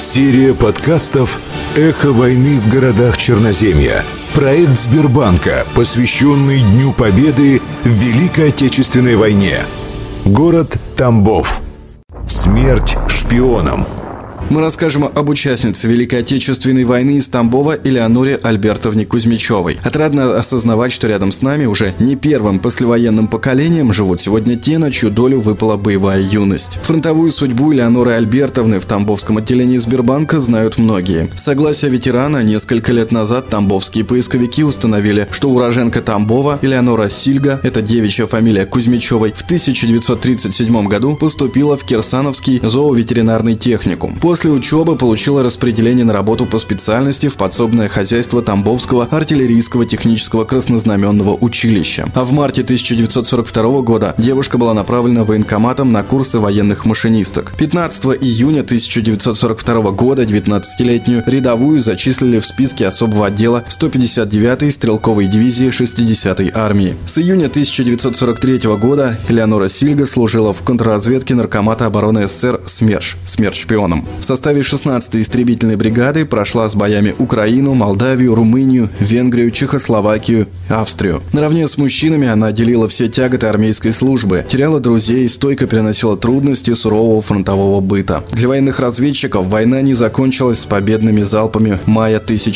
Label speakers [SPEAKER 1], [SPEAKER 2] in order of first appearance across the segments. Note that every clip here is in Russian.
[SPEAKER 1] Серия подкастов «Эхо войны в городах Черноземья». Проект Сбербанка, посвященный Дню Победы в Великой Отечественной войне. Город Тамбов. Смерть шпионам.
[SPEAKER 2] Мы расскажем об участнице Великой Отечественной войны из Тамбова Элеоноре Альбертовне Кузьмичевой. Отрадно осознавать, что рядом с нами уже не первым послевоенным поколением живут сегодня те, на чью долю выпала боевая юность. Фронтовую судьбу Элеоноры Альбертовны в Тамбовском отделении Сбербанка знают многие. С согласия ветерана несколько лет назад тамбовские поисковики установили, что уроженка Тамбова Элеонора Сильга, это девичья фамилия Кузьмичевой, в 1937 году поступила в Кирсановский зооветеринарный техникум. После учебы получила распределение на работу по специальности в подсобное хозяйство Тамбовского артиллерийского технического краснознаменного училища. А в марте 1942 года девушка была направлена военкоматом на курсы военных машинисток. 15 июня 1942 года 19-летнюю рядовую зачислили в списке особого отдела 159-й стрелковой дивизии 60-й армии. С июня 1943 года Элеонора Сильга служила в контрразведке Наркомата обороны СССР СМЕРШ, смерть шпионам. В составе 16-й истребительной бригады прошла с боями Украину, Молдавию, Румынию, Венгрию, Чехословакию, Австрию. Наравне с мужчинами она делила все тяготы армейской службы, теряла друзей, стойко переносила трудности сурового фронтового быта. Для военных разведчиков война не закончилась с победными залпами мая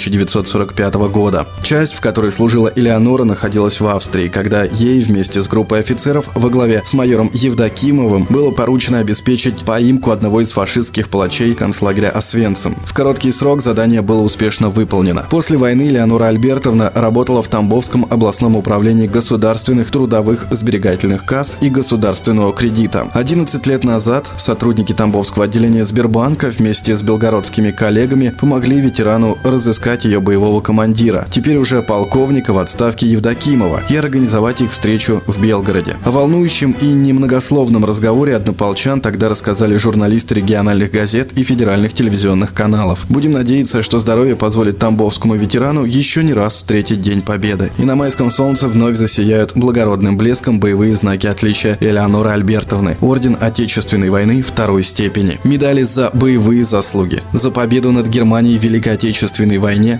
[SPEAKER 2] 1945 года. Часть, в которой служила Элеонора, находилась в Австрии, когда ей вместе с группой офицеров во главе с майором Евдокимовым было поручено обеспечить поимку одного из фашистских палачей концлагеря Освенцим. В короткий срок задание было успешно выполнено. После войны Элеонора Альбертовна работала в Тамбовском областном управлении государственных трудовых сберегательных касс и государственного кредита. 11 лет назад сотрудники Тамбовского отделения Сбербанка вместе с белгородскими коллегами помогли ветерану разыскать ее боевого командира, теперь уже полковника в отставке Евдокимова, и организовать их встречу в Белгороде. О волнующем и немногословном разговоре однополчан тогда рассказали журналисты региональных газет и федеральных телевизионных каналов. Будем надеяться, что здоровье позволит тамбовскому ветерану еще не раз встретить День Победы. И на майском солнце вновь засияют благородным блеском боевые знаки отличия Элеоноры Альбертовны. Орден Отечественной войны второй степени. Медали за боевые заслуги. За победу над Германией в Великой Отечественной войне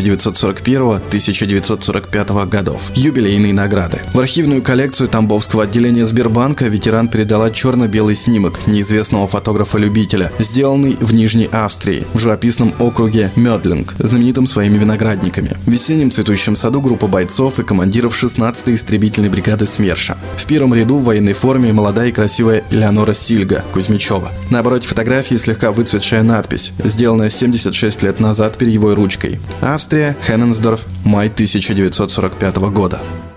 [SPEAKER 2] 1941-1945 годов. Юбилейные награды. В архивную коллекцию Тамбовского отделения Сбербанка ветеран передала черно-белый снимок неизвестного фотографа-любителя, сделанный в Нижней Австрии, в живописном округе Мёдлинг, знаменитым своими виноградниками. В весеннем цветущем саду группа бойцов и командиров 16-й истребительной бригады СМЕРШа. В первом ряду в военной форме молодая и красивая Элеонора Сильга Кузьмичева. На обороте фотографии слегка выцветшая надпись, сделанная 76 лет назад перьевой ручкой. Австрия, Хенненсдорф, май 1945 года.